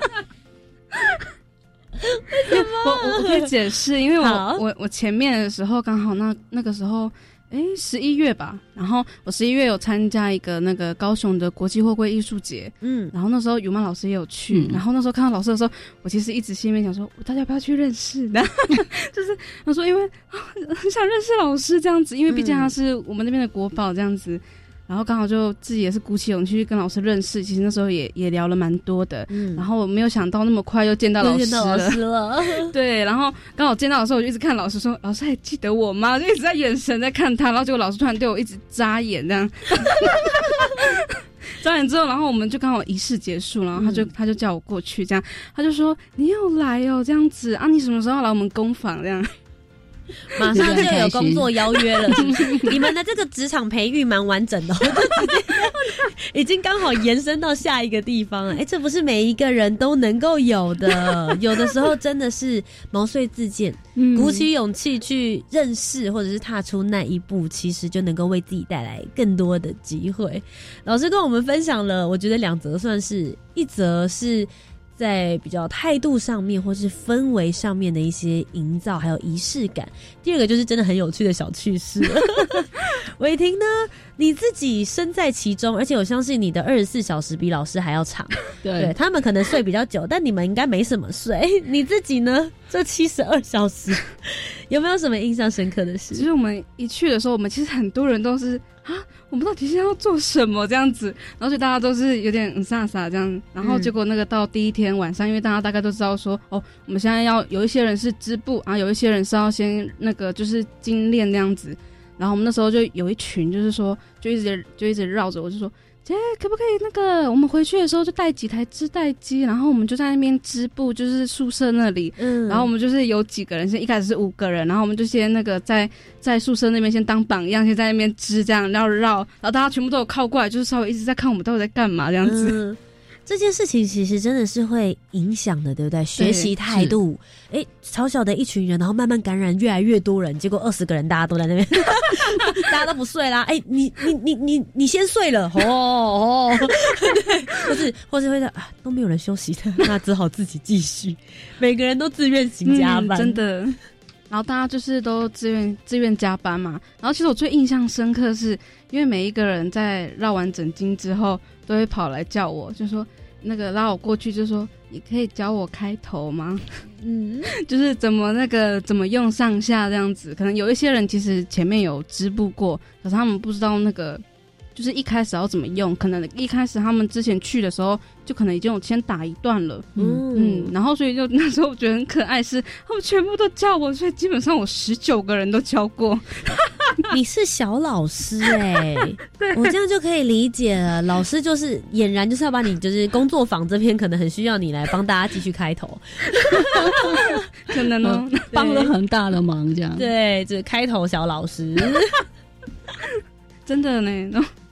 S3: 为什么？我我可以解释，因为我我我前面的时候刚好那那个时候，哎，十一月吧，然后我十一月有参加一个那个高雄的国际货柜艺术节，嗯，然后那时候尤曼老师也有去，嗯、然后那时候看到老师的时候，我其实一直心里面想说，大家要不要去认识的？就是他说，因为、哦、很想认识老师这样子，因为毕竟他是我们那边的国宝这样子。然后刚好就自己也是鼓起勇气去跟老师认识，其实那时候也也聊了蛮多的，嗯，然后我没有想到那么快就见到老师了，见到老师了对，然后刚好见到的时候我就一直看老师说，老师还记得我吗？就一直在眼神在看他，然后结果老师突然对我一直眨眼这样眨眼之后，然后我们就刚好仪式结束，然后他就、嗯、他就叫我过去这样，他就说你有来哦这样子啊，你什么时候来我们工坊这样，
S1: 马上就有工作邀约了是不是？你们的这个职场培育蛮完整的、哦、就直接已经刚好延伸到下一个地方了。哎，这不是每一个人都能够有的，有的时候真的是毛遂自荐、嗯、鼓起勇气去认识或者是踏出那一步，其实就能够为自己带来更多的机会。老师跟我们分享了，我觉得两则算是，一则是在比较态度上面或是氛围上面的一些营造还有仪式感，第二个就是真的很有趣的小趣事伟霆呢，你自己身在其中，而且我相信你的二十四小时比老师还要长， 对, 对他们可能睡比较久，但你们应该没什么睡，你自己呢这七十二小时有没有什么印象深刻的事？
S3: 其实我们一去的时候，我们其实很多人都是啊，我们到底现在要做什么这样子，然后所以大家都是有点嗯傻傻这样，然后结果那个到第一天晚上，因为大家大概都知道说哦，我们现在要有一些人是织布啊，有一些人是要先那个就是精炼这样子，然后我们那时候就有一群就是说就一直就一直绕着我就说，姐可不可以那个我们回去的时候就带几台织带机，然后我们就在那边织布，就是宿舍那里，嗯，然后我们就是有几个人，先一开始是五个人，然后我们就先那个在在宿舍那边先当榜样，先在那边织这样绕绕，然后大家全部都有靠过来，就是稍微一直在看我们到底在干嘛这样子。嗯，
S1: 这件事情其实真的是会影响的，对不对？学习态度，哎，超小的一群人，然后慢慢感染越来越多人，结果二十个人大家都在那边，大家都不睡啦。哎，你你你你你先睡了，哦哦，对，或是或是会的啊，都没有人休息的，那只好自己继续，每个人都自愿型加班，
S3: 嗯，真的。然后大家就是都自愿自愿加班嘛。然后其实我最印象深刻是，因为每一个人在绕完整经之后，都会跑来叫我，就说那个拉我过去，就说你可以教我开头吗？嗯，就是怎么那个怎么用上下这样子。可能有一些人其实前面有织布过，可是他们不知道那个就是一开始要怎么用。可能一开始他们之前去的时候，就可能已经有先打一段了。嗯嗯，然后所以就那时候我觉得很可爱是，他们全部都叫我，所以基本上我十九个人都教过。
S1: 你是小老师哎，欸，我这样就可以理解了。老师就是俨然就是要把你就是工作坊这边可能很需要你来帮大家继续开头，
S3: 可能哦，
S2: 嗯，帮了很大的忙这样。
S1: 对，就是开头小老师，
S3: 真的呢。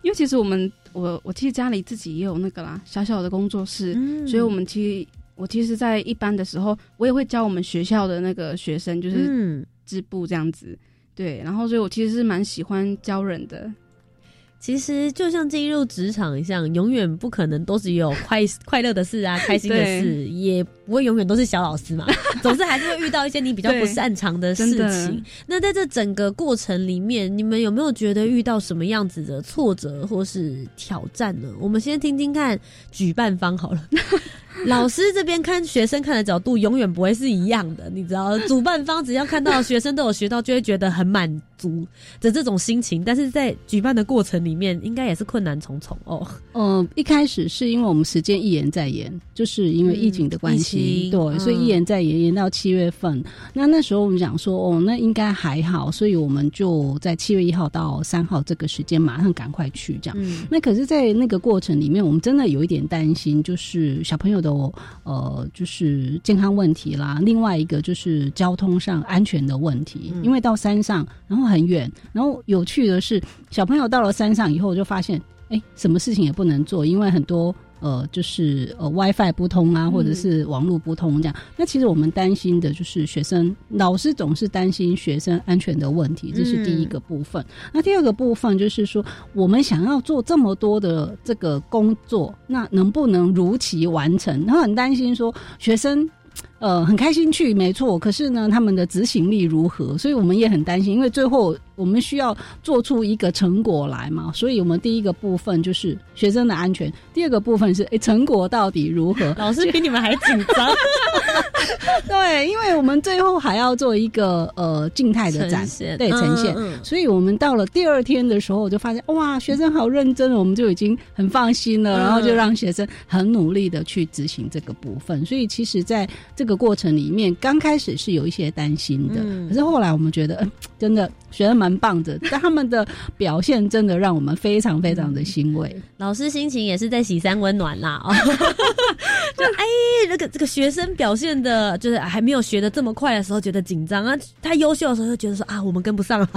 S3: 因为其实我们我我其实家里自己也有那个啦小小的工作室，嗯，所以我们其实我其实在一般的时候我也会教我们学校的那个学生就是织布这样子，嗯，对，然后所以我其实是蛮喜欢教人的。
S1: 其实就像进入职场一样，永远不可能都只有快快乐的事啊，开心的事，也不会永远都是小老师嘛，总是还是会遇到一些你比较不擅长的事情。那在这整个过程里面，你们有没有觉得遇到什么样子的挫折或是挑战呢？我们先听听看举办方好了。老师这边看学生看的角度永远不会是一样的，你知道，主办方只要看到学生都有学到，就会觉得很满足的这种心情，但是在举办的过程里面应该也是困难重重哦。
S2: 呃，一开始是因为我们时间一延再延，就是因为疫情的关系，嗯，对，嗯，所以一延再延，延到七月份。那那时候我们讲说，哦，那应该还好，所以我们就在七月一号到三号这个时间马上赶快去这样。嗯，那可是在那个过程里面，我们真的有一点担心，就是小朋友的呃，就是健康问题啦，另外一个就是交通上安全的问题，嗯，因为到山上然后很远，然后有趣的是小朋友到了山上以后就发现哎，什么事情也不能做，因为很多呃，就是呃 WiFi 不通啊，或者是网络不通这样，嗯。那其实我们担心的就是学生，老师总是担心学生安全的问题，这是第一个部分。嗯，那第二个部分就是说，我们想要做这么多的这个工作，那能不能如期完成？然后很担心说学生。呃，很开心去，没错。可是呢，他们的执行力如何？所以我们也很担心，因为最后我们需要做出一个成果来嘛。所以我们第一个部分就是学生的安全，第二个部分是诶成果到底如何？
S1: 老师比你们还紧张。
S2: 对，因为我们最后还要做一个呃静态的展现，对，呈现。嗯嗯，所以我们到了第二天的时候，我就发现哇，学生好认真了，我们就已经很放心了，嗯，然后就让学生很努力的去执行这个部分。所以其实在这个过程里面，刚开始是有一些担心的，嗯，可是后来我们觉得，嗯，真的学生蛮棒的，但他们的表现真的让我们非常非常的欣慰。嗯，
S1: 老师心情也是在喜三温暖啦，哦，就哎，那个这个学生表现的，就是还没有学的这么快的时候觉得紧张啊，他优秀的时候就觉得说啊，我们跟不上了。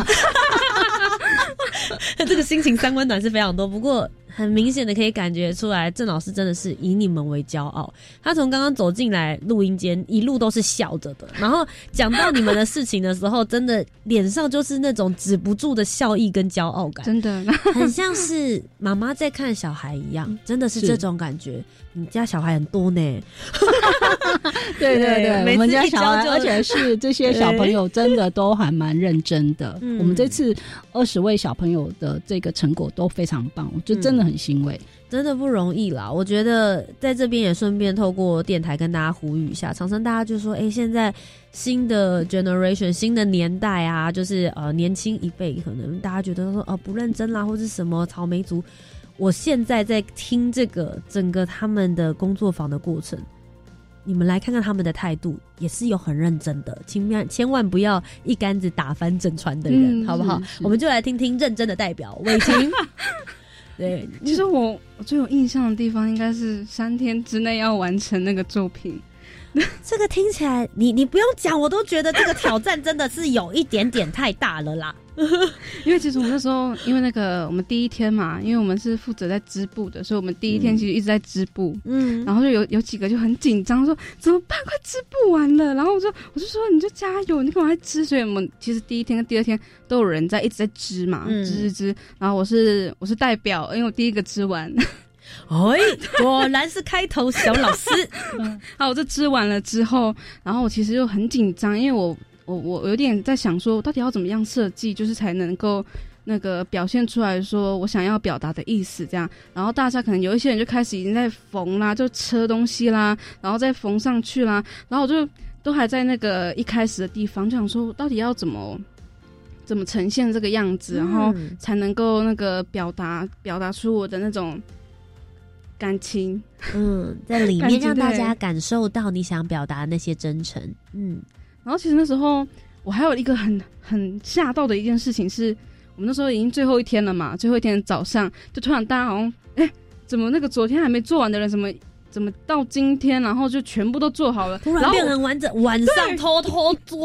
S1: 这个心情三温暖是非常多，不过很明显的可以感觉出来，郑老师真的是以你们为骄傲。他从刚刚走进来录音间，一路都是笑着的，然后讲到你们的事情的时候，真的脸上就是那种止不住的笑意跟骄傲感，
S3: 真的
S1: 很像是妈妈在看小孩一样，真的是这种感觉。你家小孩很多呢。
S2: 对对对，我们家小孩，而且是这些小朋友真的都还蛮认真的。我们这次二十位小朋友的这个成果都非常棒，我就真的很欣慰。嗯，
S1: 真的不容易啦。我觉得在这边也顺便透过电台跟大家呼吁一下，常常大家就说，哎，现在新的 generation 新的年代啊，就是呃年轻一辈可能大家觉得说，呃不认真啦，或是什么草莓族。我现在在听这个整个他们的工作坊的过程，你们来看看他们的态度，也是有很认真的，千万千万不要一竿子打翻整船的人，嗯，好不好？我们就来听听认真的代表伟霆。对，
S3: 其实我我最有印象的地方应该是三天之内要完成那个作品。
S1: 这个听起来，你你不用讲，我都觉得这个挑战真的是有一点点太大了啦。
S3: 因为其实我们那时候，因为那个我们第一天嘛，因为我们是负责在织布的，所以我们第一天其实一直在织布，嗯，然后就有有几个就很紧张，说怎么办，快织不完了。然后我说我就说你就加油，你干嘛在织？所以我们其实第一天跟第二天都有人在一直在织嘛，嗯，织织织。然后我是我是代表，因为我第一个织完。
S1: 哎，果然是开头小老师。
S3: 好，我就织完了之后，然后我其实就很紧张，因为我我我有点在想说，我到底要怎么样设计，就是才能够那个表现出来说我想要表达的意思这样。然后大家可能有一些人就开始已经在缝啦，就车东西啦，然后再缝上去啦，然后我就都还在那个一开始的地方，就想说到底要怎么怎么呈现这个样子，然后才能够那个表达表达出我的那种感情，
S1: 嗯，在里面让大家感受到你想表达的那些真诚，嗯。
S3: 然后其实那时候我还有一个很很吓到的一件事情是，我们那时候已经最后一天了嘛，最后一天的早上，就突然大家好像，哎，怎么那个昨天还没做完的人，怎么怎么到今天，然后就全部都做好了，
S1: 突然变成完整，晚上偷偷做。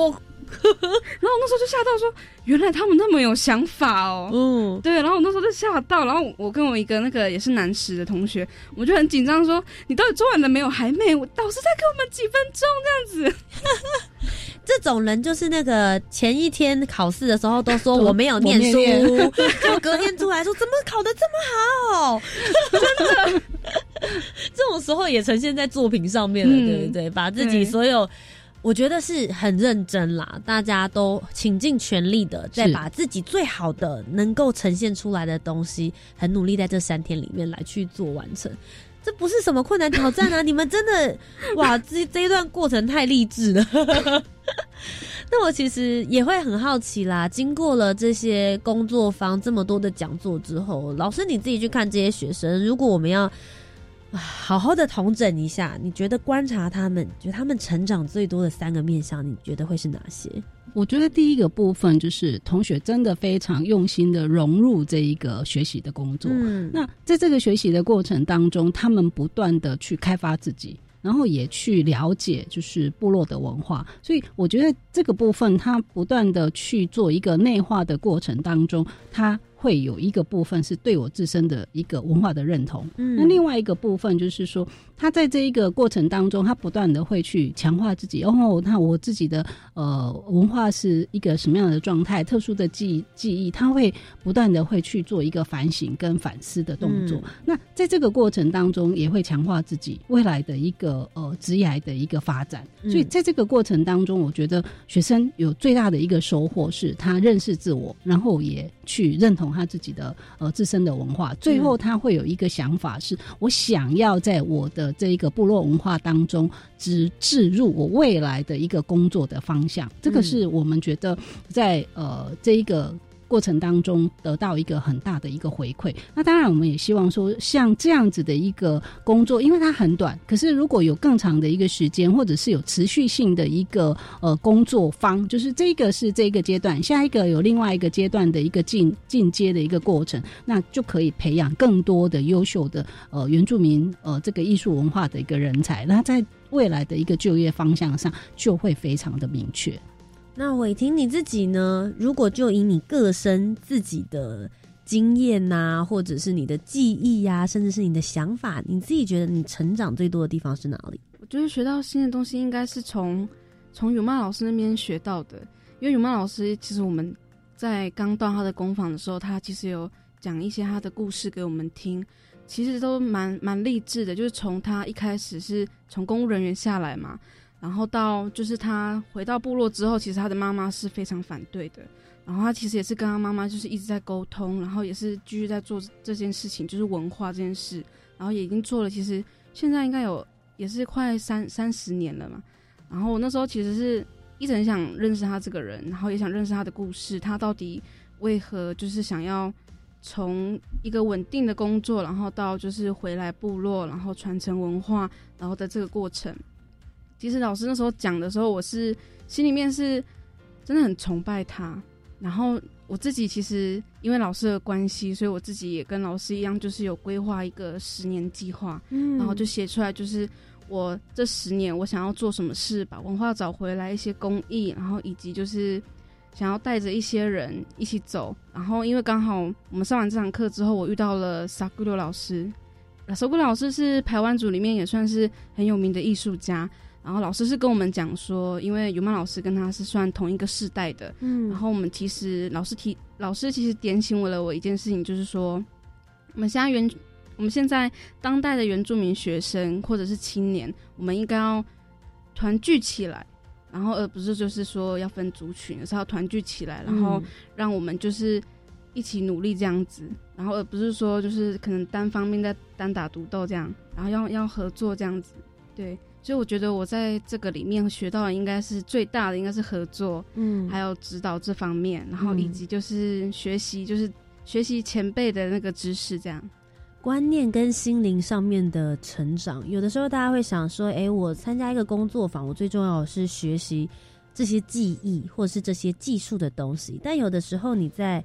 S3: 然后我那时候就吓到说，原来他们那么有想法哦。嗯，对，然后我那时候就吓到，然后我跟我一个那个也是南师的同学，我就很紧张说，你到底做完了没有？还没，我老师再给我们几分钟这样子。
S1: 这种人就是那个前一天考试的时候都说我没有念书，就隔天出来说怎么考得这么好，真的。这种时候也呈现在作品上面了，嗯、对不对？把自己所有，我觉得是很认真啦，大家都倾尽全力的在把自己最好的能够呈现出来的东西，很努力在这三天里面来去做完成。这不是什么困难挑战啊！你们真的哇，这这一段过程太励志了。那我其实也会很好奇啦，经过了这些工作坊这么多的讲座之后，老师你自己去看这些学生，如果我们要好好的统整一下，你觉得观察他们，觉得他们成长最多的三个面向，你觉得会是哪些？
S2: 我觉得第一个部分就是同学真的非常用心的融入这一个学习的工作。嗯，那在这个学习的过程当中，他们不断的去开发自己，然后也去了解就是部落的文化，所以我觉得这个部分他不断的去做一个内化的过程当中，他会有一个部分是对我自身的一个文化的认同。嗯，那另外一个部分就是说，他在这一个过程当中，他不断的会去强化自己。哦，那我自己的呃文化是一个什么样的状态，特殊的记记忆，他会不断的会去做一个反省跟反思的动作。嗯、那在这个过程当中，也会强化自己未来的一个呃职业的一个发展。所以在这个过程当中，我觉得学生有最大的一个收获是他认识自我，然后也去认同他自己的呃自身的文化，最后他会有一个想法是，我想要在我的这一个部落文化当中只置入我未来的一个工作的方向。这个是我们觉得在呃这一个过程当中得到一个很大的一个回馈。那当然我们也希望说像这样子的一个工作，因为它很短，可是如果有更长的一个时间，或者是有持续性的一个呃工作坊，就是这个是这个阶段，下一个有另外一个阶段的一个进进阶的一个过程，那就可以培养更多的优秀的呃原住民呃这个艺术文化的一个人才，那在未来的一个就业方向上就会非常的明确。
S1: 那伟霆你自己呢？如果就以你个身自己的经验啊，或者是你的记忆啊，甚至是你的想法，你自己觉得你成长最多的地方是哪里？
S3: 我觉得学到新的东西应该是从从永曼老师那边学到的，因为永曼老师其实我们在刚到他的工坊的时候，他其实有讲一些他的故事给我们听，其实都蛮蛮励志的，就是从他一开始是从公务人员下来嘛，然后到就是他回到部落之后，其实他的妈妈是非常反对的，然后他其实也是跟他妈妈就是一直在沟通，然后也是继续在做这件事情，就是文化这件事，然后也已经做了，其实现在应该有也是快三三十年了嘛。然后我那时候其实是一直很想认识他这个人，然后也想认识他的故事，他到底为何就是想要从一个稳定的工作，然后到就是回来部落，然后传承文化，然后的这个过程。其实老师那时候讲的时候，我是心里面是真的很崇拜他，然后我自己其实因为老师的关系，所以我自己也跟老师一样，就是有规划一个十年计划，嗯，然后就写出来，就是我这十年我想要做什么事，把文化找回来，一些公益，然后以及就是想要带着一些人一起走。然后因为刚好我们上完这堂课之后，我遇到了萨古六老师，萨古六老师是排湾族里面也算是很有名的艺术家。然后老师是跟我们讲说，因为尤曼老师跟他是算同一个世代的，嗯，然后我们其实老师提老师其实点醒我了我一件事情，就是说我们现在原我们现在当代的原住民学生或者是青年，我们应该要团聚起来，然后而不是就是说要分族群，而是要团聚起来，然后让我们就是一起努力这样子，然后而不是说就是可能单方面在单打独斗这样，然后要要合作这样子，对。所以我觉得我在这个里面学到的应该是最大的应该是合作，嗯，还有指导这方面，然后以及就是学习，就是学习前辈的那个知识，这样
S1: 观念跟心灵上面的成长。有的时候大家会想说，哎，我参加一个工作坊，我最重要的是学习这些技艺或者是这些技术的东西，但有的时候你在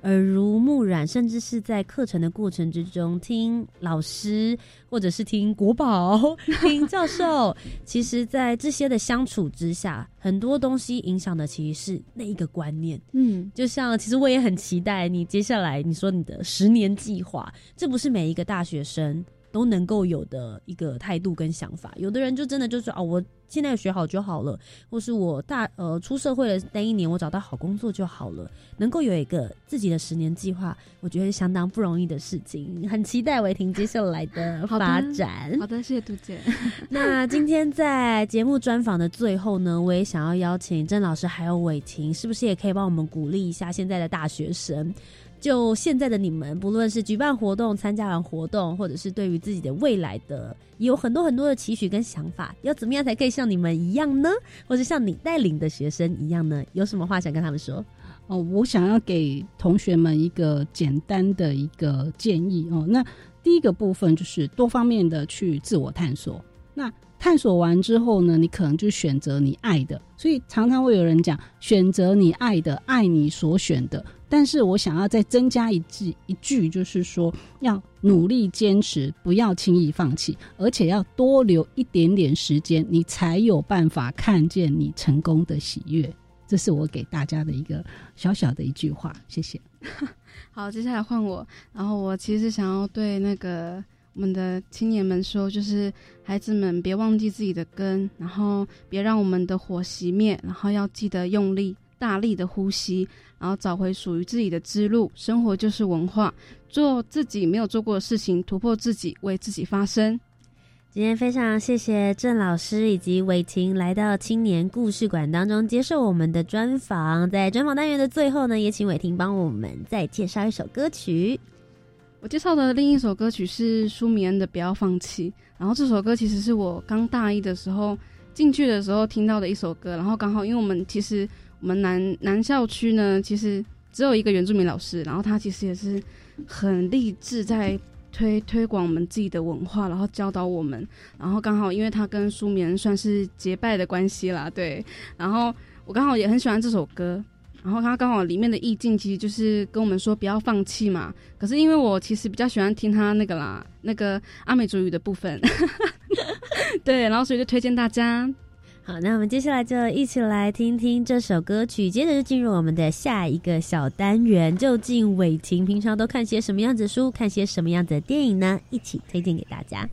S1: 耳濡目染，甚至是在课程的过程之中听老师或者是听国宝听教授，其实在这些的相处之下，很多东西影响的其实是那一个观念。嗯，就像其实我也很期待你接下来你说你的十年计划，这不是每一个大学生都能够有的一个态度跟想法。有的人就真的就是哦，我现在学好就好了，或是我大呃出社会的那一年我找到好工作就好了。能够有一个自己的十年计划，我觉得是相当不容易的事情。很期待伟霆接下来的发展。
S3: 好的，好的，谢谢杜姐。
S1: 那今天在节目专访的最后呢，我也想要邀请郑老师还有伟霆，是不是也可以帮我们鼓励一下现在的大学生？就现在的你们，不论是举办活动、参加完活动，或者是对于自己的未来的也有很多很多的期许跟想法，要怎么样才可以像你们一样呢？或者像你带领的学生一样呢？有什么话想跟他们说？
S2: 哦，我想要给同学们一个简单的一个建议哦。那第一个部分就是多方面的去自我探索。那探索完之后呢，你可能就选择你爱的。所以常常会有人讲，选择你爱的，爱你所选的。但是我想要再增加一句，一句就是说，要努力坚持，不要轻易放弃，而且要多留一点点时间，你才有办法看见你成功的喜悦。这是我给大家的一个小小的一句话，谢谢。
S3: 好，接下来换我。然后我其实想要对那个我们的青年们说，就是孩子们别忘记自己的根，然后别让我们的火熄灭，然后要记得用力大力的呼吸，然后找回属于自己的之路。生活就是文化，做自己没有做过的事情，突破自己，为自己发声。
S1: 今天非常谢谢郑老师以及伟霆来到青年故事馆当中接受我们的专访。在专访单元的最后呢，也请伟霆帮我们再介绍一首歌曲。
S3: 我介绍的另一首歌曲是舒米恩的《不要放弃》，然后这首歌其实是我刚大一的时候进去的时候听到的一首歌，然后刚好因为我们其实我们南南校区呢，其实只有一个原住民老师，然后他其实也是很励志在推推广我们自己的文化，然后教导我们，然后刚好因为他跟舒米恩算是结拜的关系啦，对，然后我刚好也很喜欢这首歌，然后他刚好里面的意境其实就是跟我们说不要放弃嘛，可是因为我其实比较喜欢听他那个啦那个阿美族语的部分对，然后所以就推荐大家。
S1: 好，那我们接下来就一起来听听这首歌曲，接着就进入我们的下一个小单元。究竟伟霆平常都看些什么样子的书，看些什么样子的电影呢？一起推荐给大家。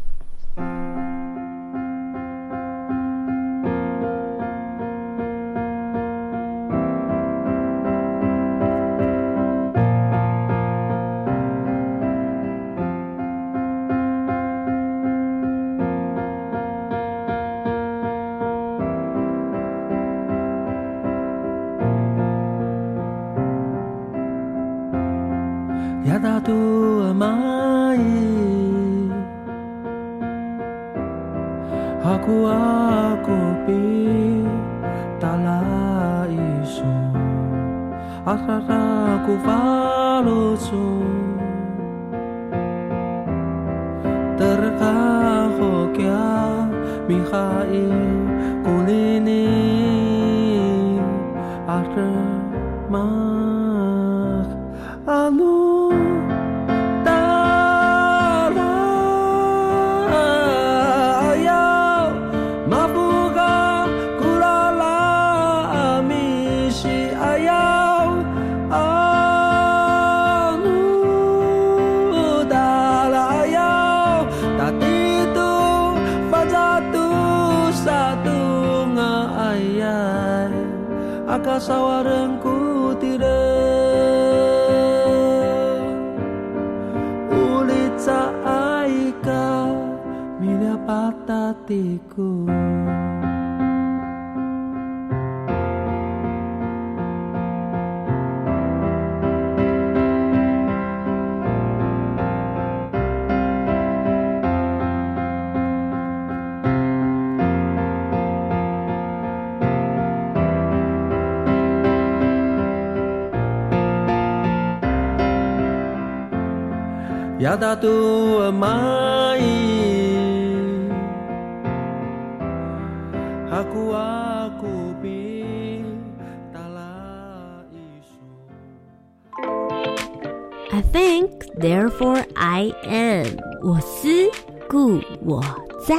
S11: Yadatu amai Aku aku pi tala isu Akara ku falusu Terkaho kya Mikhail kulini Armak Anu Akasawarengku tidak Ulit sa aika Milya patatiku Yadatu amai Aku aku pi tala isu
S1: I think, therefore I am. 我思故我在。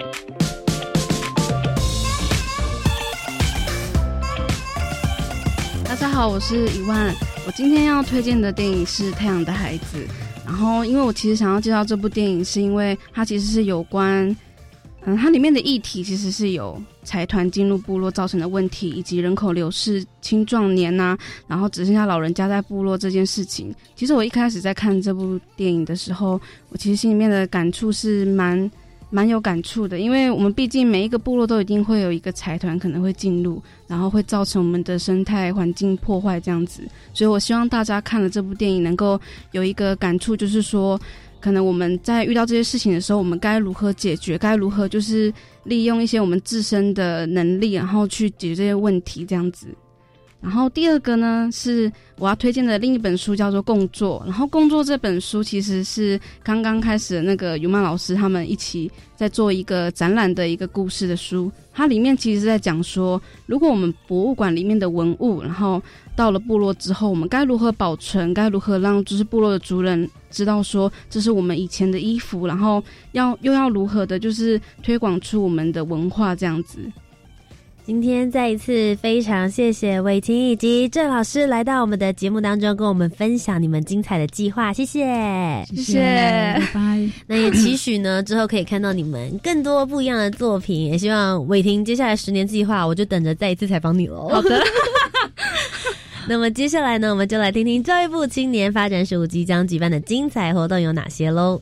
S3: 大家好，我是一万。我今天要推荐的电影是《太阳的孩子》。然后，因为我其实想要介绍这部电影，是因为它其实是有关，嗯，它里面的议题其实是有财团进入部落造成的问题，以及人口流失、青壮年呐、啊，然后只剩下老人家在部落这件事情。其实我一开始在看这部电影的时候，我其实心里面的感触是蛮蛮有感触的，因为我们毕竟每一个部落都一定会有一个财团可能会进入，然后会造成我们的生态环境破坏这样子。所以我希望大家看了这部电影能够有一个感触，就是说可能我们在遇到这些事情的时候，我们该如何解决，该如何就是利用一些我们自身的能力，然后去解决这些问题这样子。然后第二个呢，是我要推荐的另一本书，叫做《共作》。然后《共作》这本书其实是刚刚开始的那个尤曼老师他们一起在做一个展览的一个故事的书。它里面其实是在讲说，如果我们博物馆里面的文物，然后到了部落之后，我们该如何保存，该如何让就是部落的族人知道说这是我们以前的衣服，然后要又要如何的就是推广出我们的文化这样子。
S1: 今天再一次非常谢谢伟霆以及郑老师来到我们的节目当中，跟我们分享你们精彩的计划，谢谢，
S2: 谢谢，拜拜。
S1: 那也期许呢之后可以看到你们更多不一样的作品，也希望伟霆接下来十年计划，我就等着再一次采访你喽。
S3: 好的。
S1: 那么接下来呢，我们就来听听教育部青年发展署即将举办的精彩活动有哪些喽。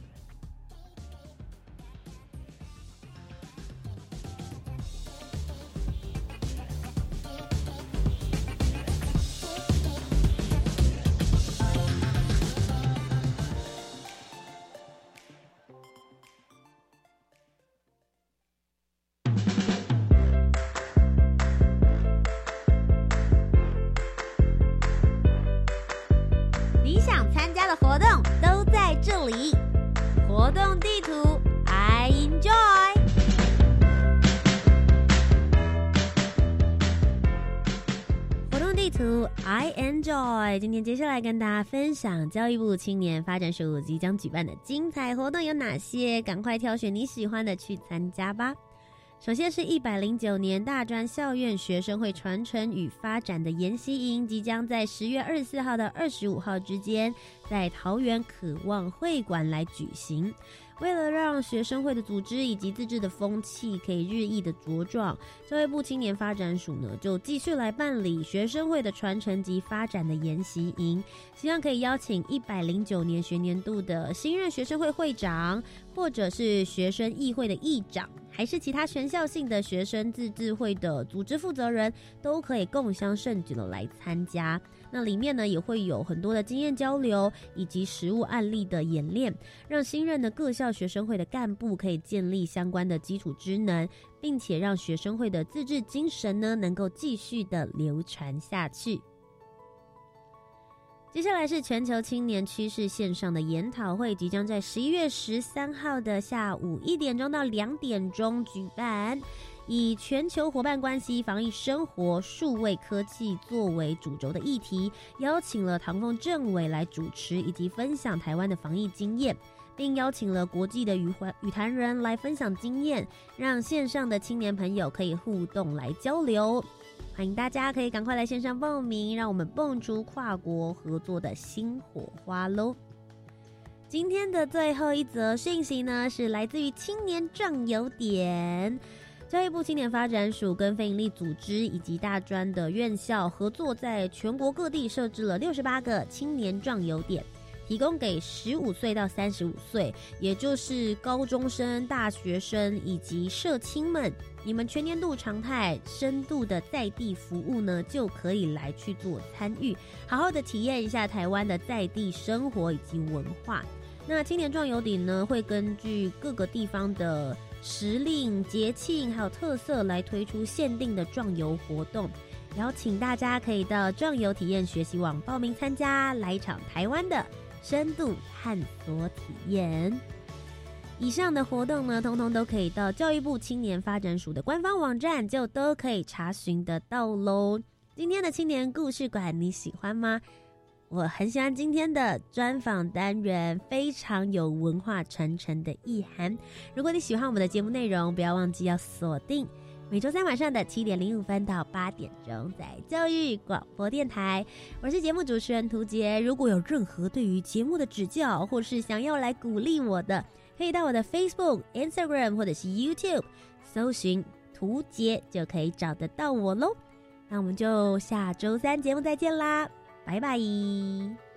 S7: 你想参加的活动都在这里，活动地图 I enjoy。
S1: 活动地图 I enjoy。 今天接下来跟大家分享教育部青年发展署即将举办的精彩活动有哪些，赶快挑选你喜欢的去参加吧。首先是一百零九年大专校院学生会传承与发展的研习营，即将在十月二十四号到二十五号之间在桃园渴望会馆来举行。为了让学生会的组织以及自治的风气可以日益的茁壮，教育部青年发展署呢就继续来办理学生会的传承及发展的研习营，希望可以邀请一百零九年学年度的新任学生会会长，或者是学生议会的议长，还是其他全校性的学生自治会的组织负责人，都可以共襄盛举的来参加。那里面呢也会有很多的经验交流以及实务案例的演练，让新任的各校学生会的干部可以建立相关的基础知能，并且让学生会的自治精神呢能够继续的流传下去。接下来是全球青年趋势线上的研讨会，即将在十一月十三号的下午一点钟到两点钟举办，以全球伙伴关系、防疫生活、数位科技作为主轴的议题，邀请了唐凤政委来主持以及分享台湾的防疫经验，并邀请了国际的语语坛人来分享经验，让线上的青年朋友可以互动来交流。欢迎大家可以赶快来线上报名，让我们蹦出跨国合作的新火花咯。今天的最后一则讯息呢，是来自于青年壮游点。教育部青年发展署跟非营利组织以及大专的院校合作，在全国各地设置了六十八个青年壮游点，提供给十五岁到三十五岁，也就是高中生、大学生以及社青们，你们全年度常态深度的在地服务呢，就可以来去做参与，好好的体验一下台湾的在地生活以及文化。那青年壮游点呢，会根据各个地方的时令、节庆还有特色来推出限定的壮游活动，邀请大家可以到壮游体验学习网报名参加，来一场台湾的深度探索体验。以上的活动呢，通通都可以到教育部青年发展署的官方网站，就都可以查询得到咯。今天的青年故事馆你喜欢吗？ 我很喜欢今天的专访单元，非常有文化传承的意涵。如果你喜欢我们的节目内容，不要忘记要锁定每周三晚上的七点零五分到八点钟，在教育广播电台。我是节目主持人涂杰。如果有任何对于节目的指教，或是想要来鼓励我的，可以到我的 Facebook、Instagram 或者是 YouTube 搜寻涂杰，就可以找得到我咯。那我们就下周三节目再见啦，拜拜。